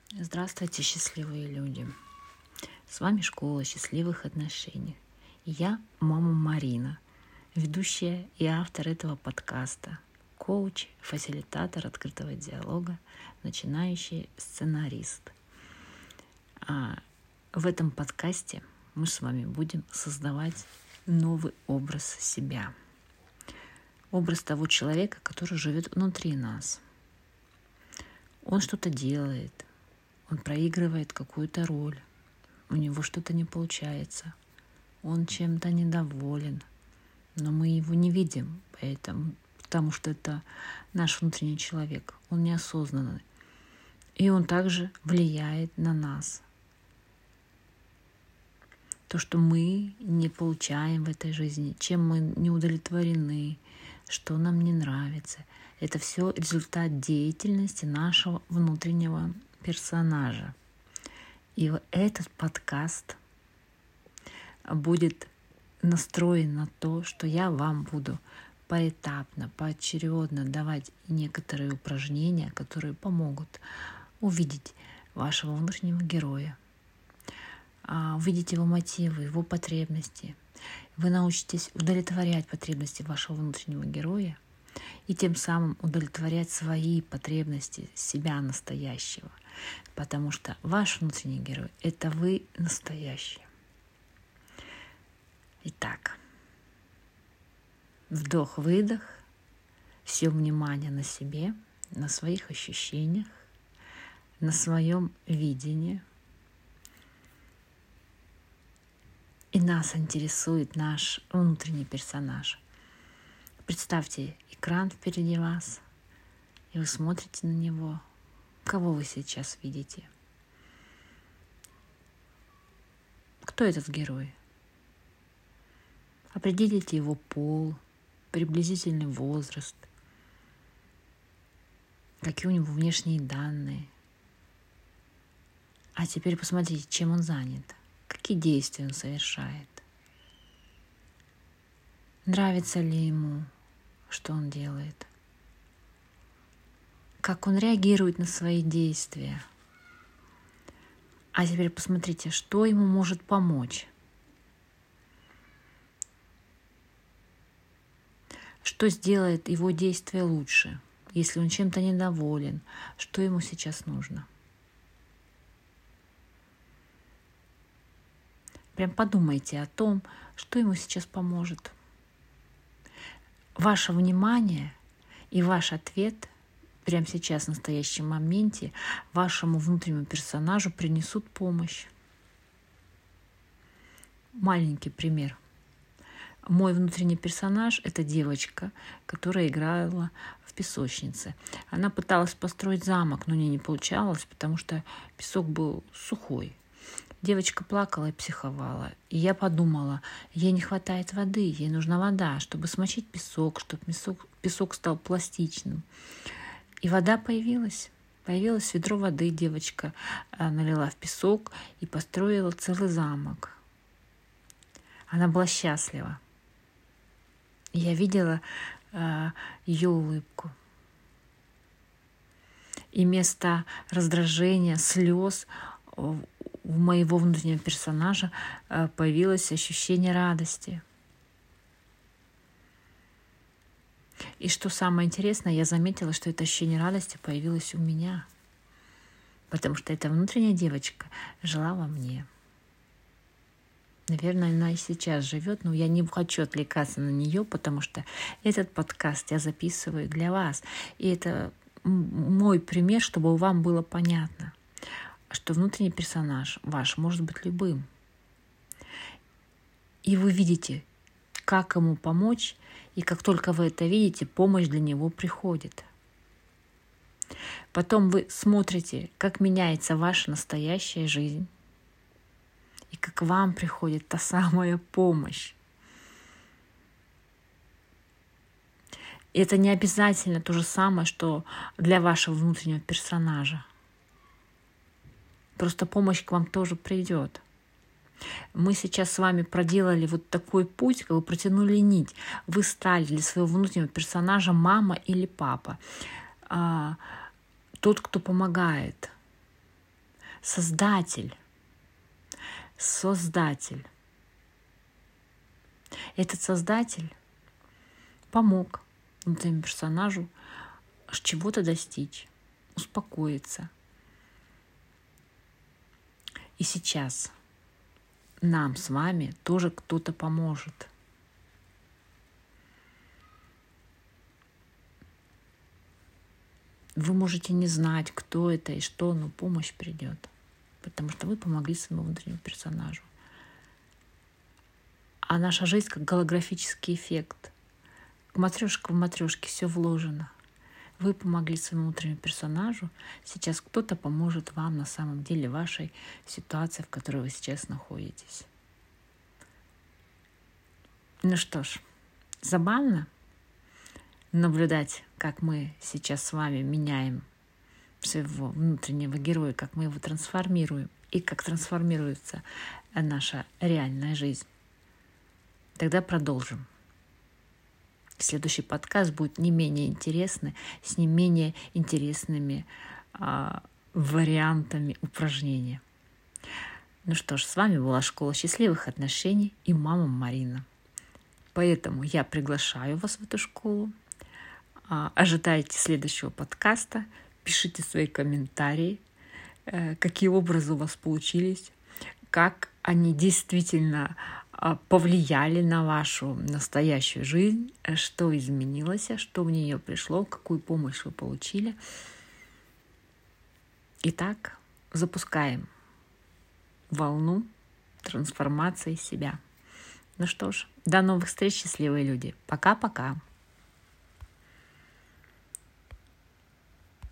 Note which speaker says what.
Speaker 1: Здравствуйте, счастливые люди! С вами Школа счастливых отношений. И я мама Марина, ведущая и автор этого подкаста, коуч, фасилитатор открытого диалога, начинающий сценарист. В этом подкасте мы с вами будем создавать новый образ себя. Образ того человека, который живет внутри нас. Он что-то делает, он проигрывает какую-то роль, у него что-то не получается, он чем-то недоволен, но мы его не видим, потому что это наш внутренний человек, он неосознанный, и он также влияет на нас. То, что мы не получаем в этой жизни, чем мы не удовлетворены, что нам не нравится, это все результат деятельности нашего внутреннего персонажа. И этот подкаст будет настроен на то, что я вам буду поэтапно, поочередно давать некоторые упражнения, которые помогут увидеть вашего внутреннего героя, увидеть его мотивы, его потребности. Вы научитесь удовлетворять потребности вашего внутреннего героя и тем самым удовлетворять свои потребности себя настоящего. Потому что ваш внутренний герой — это вы настоящий. Итак, вдох-выдох, все внимание на себе, на своих ощущениях, на своем видении. И нас интересует наш внутренний персонаж. Представьте экран впереди вас, и вы смотрите на него. Кого вы сейчас видите? Кто этот герой? Определите его пол, приблизительный возраст, какие у него внешние данные. А теперь посмотрите, чем он занят, какие действия он совершает. Нравится ли ему, что он делает? Как он реагирует на свои действия. А теперь посмотрите, что ему может помочь. Что сделает его действие лучше, если он чем-то недоволен, что ему сейчас нужно. Прям подумайте о том, что ему сейчас поможет. Ваше внимание и ваш ответ прямо сейчас, в настоящем моменте, вашему внутреннему персонажу принесут помощь. Маленький пример. Мой внутренний персонаж — это девочка, которая играла в песочнице. Она пыталась построить замок, но у нее не получалось, потому что песок был сухой. Девочка плакала и психовала. И я подумала, ей не хватает воды, ей нужна вода, чтобы смочить песок, чтобы песок стал пластичным. И вода появилась. Появилось ведро воды, девочка налила в песок и построила целый замок. Она была счастлива. Я видела ее улыбку. И вместо раздражения, слез у моего внутреннего персонажа появилось ощущение радости. И что самое интересное, я заметила, что это ощущение радости появилось у меня, потому что эта внутренняя девочка жила во мне. Наверное, она и сейчас живет, но я не хочу отвлекаться на нее, потому что этот подкаст я записываю для вас. И это мой пример, чтобы вам было понятно, что внутренний персонаж ваш может быть любым. И вы видите, как ему помочь, и как только вы это видите, помощь для него приходит. Потом вы смотрите, как меняется ваша настоящая жизнь, и как вам приходит та самая помощь. И это не обязательно то же самое, что для вашего внутреннего персонажа. Просто помощь к вам тоже придет. Мы сейчас с вами проделали вот такой путь, как бы протянули нить. Вы стали для своего внутреннего персонажа мама или папа. Тот, кто помогает. Создатель. Этот создатель помог внутреннему персонажу чего-то достичь, успокоиться. И сейчас нам с вами тоже кто-то поможет. Вы можете не знать, кто это и что, но помощь придет, потому что вы помогли своему внутреннему персонажу. А наша жизнь как голографический эффект. Матрешка в матрешке все вложено. Вы помогли своему внутреннему персонажу. Сейчас кто-то поможет вам на самом деле в вашей ситуации, в которой вы сейчас находитесь. Ну что ж, забавно наблюдать, как мы сейчас с вами меняем своего внутреннего героя, как мы его трансформируем и как трансформируется наша реальная жизнь. Тогда продолжим. Следующий подкаст будет не менее интересный, с не менее интересными вариантами упражнения. Ну что ж, с вами была Школа счастливых отношений и мама Марина. Поэтому я приглашаю вас в эту школу. Ожидайте следующего подкаста, пишите свои комментарии, какие образы у вас получились, как они действительно повлияли на вашу настоящую жизнь, что изменилось, что в нее пришло, какую помощь вы получили. Итак, запускаем волну трансформации себя. Ну что ж, до новых встреч, счастливые люди. Пока-пока.